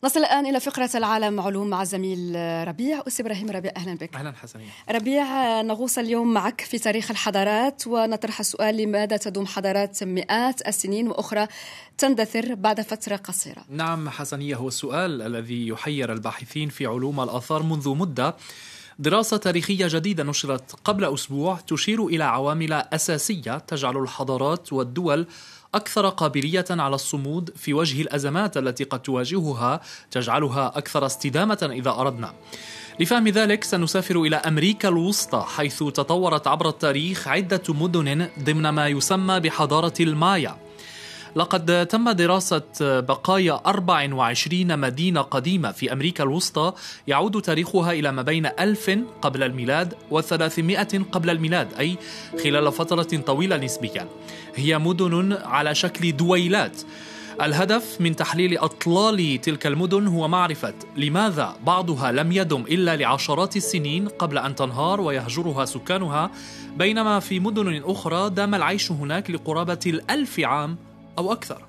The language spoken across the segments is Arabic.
نصل الآن إلى فقرة العالم علوم مع الزميل ربيع. أستاذ إبراهيم ربيع، أهلا بك. أهلا حسنية. ربيع، نغوص اليوم معك في تاريخ الحضارات ونطرح السؤال: لماذا تدوم حضارات مئات السنين وأخرى تندثر بعد فترة قصيرة؟ نعم حسنية، هو السؤال الذي يحير الباحثين في علوم الآثار منذ مدة. دراسة تاريخية جديدة نشرت قبل أسبوع تشير إلى عوامل أساسية تجعل الحضارات والدول أكثر قابلية على الصمود في وجه الأزمات التي قد تواجهها، تجعلها أكثر استدامة إذا أردنا. لفهم ذلك سنسافر إلى أمريكا الوسطى، حيث تطورت عبر التاريخ عدة مدن ضمن ما يسمى بحضارة المايا. لقد تم دراسة بقايا 24 مدينة قديمة في أمريكا الوسطى يعود تاريخها إلى ما بين 1000 قبل الميلاد و300 قبل الميلاد، أي خلال فترة طويلة نسبيا. هي مدن على شكل دويلات. الهدف من تحليل أطلال تلك المدن هو معرفة لماذا بعضها لم يدم إلا لعشرات السنين قبل أن تنهار ويهجرها سكانها، بينما في مدن أخرى دام العيش هناك لقرابة 1000 عام أو أكثر.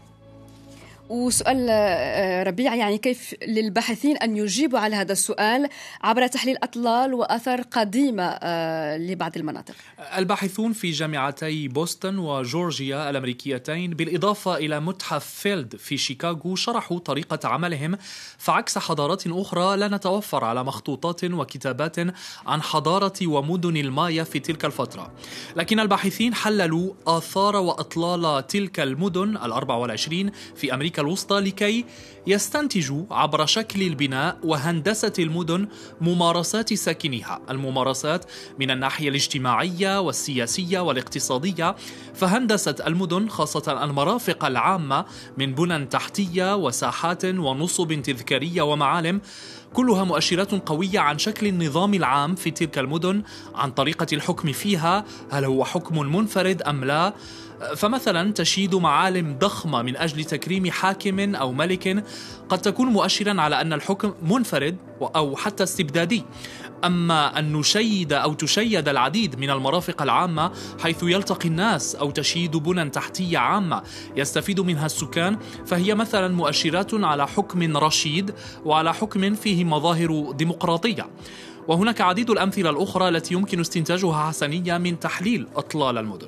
وسؤال ربيع، يعني كيف للباحثين أن يجيبوا على هذا السؤال عبر تحليل أطلال وآثار قديمة لبعض المناطق؟ الباحثون في جامعتي بوسطن وجورجيا الأمريكيتين بالإضافة إلى متحف فيلد في شيكاغو شرحوا طريقة عملهم، فعكس حضارات أخرى لا نتوفر على مخطوطات وكتابات عن حضارة ومدن المايا في تلك الفترة. لكن الباحثين حللوا آثار وأطلال تلك المدن 24 في أمريكا الوسطى لكي يستنتجوا عبر شكل البناء وهندسة المدن ممارسات ساكنيها، الممارسات من الناحية الاجتماعية والسياسية والاقتصادية. فهندسة المدن خاصة المرافق العامة من بنى تحتية وساحات ونصب تذكارية ومعالم، كلها مؤشرات قوية عن شكل النظام العام في تلك المدن، عن طريقة الحكم فيها، هل هو حكم منفرد أم لا. فمثلا تشييد معالم ضخمة من أجل تكريم حاكم أو ملك قد تكون مؤشرا على أن الحكم منفرد أو حتى استبدادي. أما أن نشيد أو تشيد العديد من المرافق العامة حيث يلتقي الناس، أو تشييد بنى تحتية عامة يستفيد منها السكان، فهي مثلا مؤشرات على حكم رشيد وعلى حكم فيه مظاهر ديمقراطية. وهناك عديد الأمثلة الأخرى التي يمكن استنتاجها حسنية من تحليل أطلال المدن.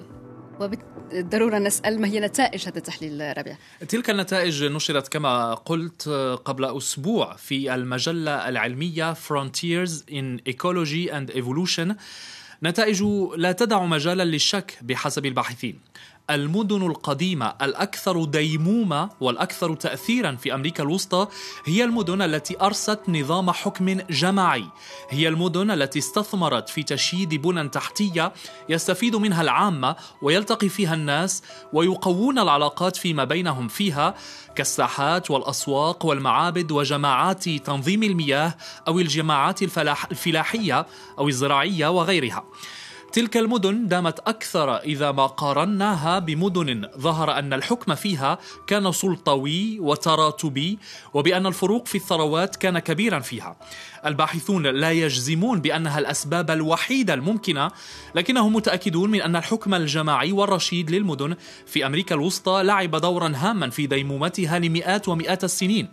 وبالضرورة نسأل: ما هي نتائج هذا التحليل ربيع؟ تلك النتائج نشرت كما قلت قبل أسبوع في المجلة العلمية Frontiers in Ecology and Evolution. نتائج لا تدع مجالا للشك بحسب الباحثين. المدن القديمة الأكثر ديمومة والأكثر تأثيرا في أمريكا الوسطى هي المدن التي أرست نظام حكم جماعي، هي المدن التي استثمرت في تشييد بنى تحتية يستفيد منها العامة ويلتقي فيها الناس ويقوون العلاقات فيما بينهم فيها، كالساحات والأسواق والمعابد وجماعات تنظيم المياه أو الجماعات الفلاحية أو الزراعية وغيرها. تلك المدن دامت أكثر إذا ما قارناها بمدن ظهر أن الحكم فيها كان سلطوي وتراتبي، وبأن الفروق في الثروات كان كبيرا فيها. الباحثون لا يجزمون بأنها الأسباب الوحيدة الممكنة، لكنهم متأكدون من أن الحكم الجماعي والرشيد للمدن في أمريكا الوسطى لعب دورا هاما في ديمومتها لمئات ومئات السنين.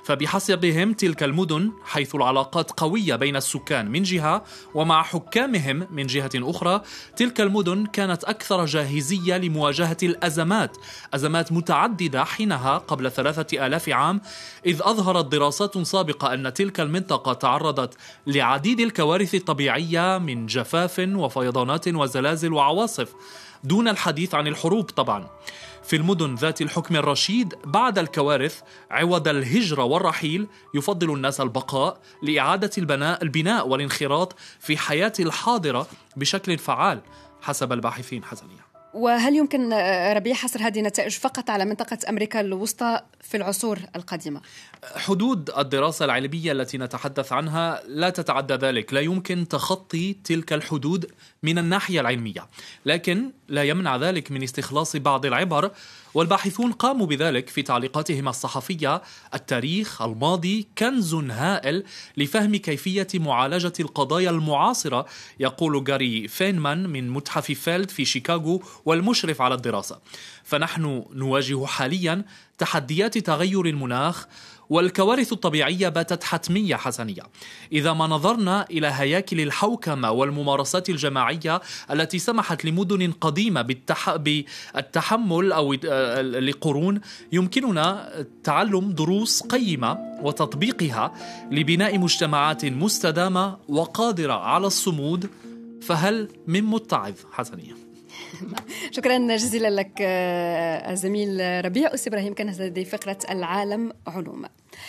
فبحسبهم تلك المدن حيث العلاقات قوية بين السكان من جهة ومع حكامهم من جهة أخرى، تلك المدن كانت أكثر جاهزية لمواجهة الأزمات، أزمات متعددة حينها قبل 3000 عام، إذ أظهرت دراسات سابقة أن تلك المنطقة تعرضت لعديد الكوارث الطبيعية من جفاف وفيضانات وزلازل وعواصف، دون الحديث عن الحروب طبعا. في المدن ذات الحكم الرشيد بعد الكوارث عوض الهجرة والرحيل يفضل الناس البقاء لإعادة البناء والانخراط في حياة الحاضرة بشكل فعال حسب الباحثين حسنية. وهل يمكن ربيع حصر هذه النتائج فقط على منطقة أمريكا الوسطى في العصور القديمة؟ حدود الدراسة العلمية التي نتحدث عنها لا تتعدى ذلك، لا يمكن تخطي تلك الحدود من الناحية العلمية، لكن لا يمنع ذلك من استخلاص بعض العبر، والباحثون قاموا بذلك في تعليقاتهم الصحفية. التاريخ الماضي كنز هائل لفهم كيفية معالجة القضايا المعاصرة، يقول جاري فينمان من متحف فيلد في شيكاغو والمشرف على الدراسة. فنحن نواجه حاليا تحديات تغير المناخ والكوارث الطبيعية باتت حتمية حسنية. إذا ما نظرنا إلى هياكل الحوكمة والممارسات الجماعية التي سمحت لمدن قديمة بالتحمل أو لقرون، يمكننا تعلم دروس قيمة وتطبيقها لبناء مجتمعات مستدامة وقادرة على الصمود. فهل من متعظ حسنية؟ شكرا جزيلا لك زميل ربيع. أستاذ إبراهيم، كان هذه فقرة العالم علوم.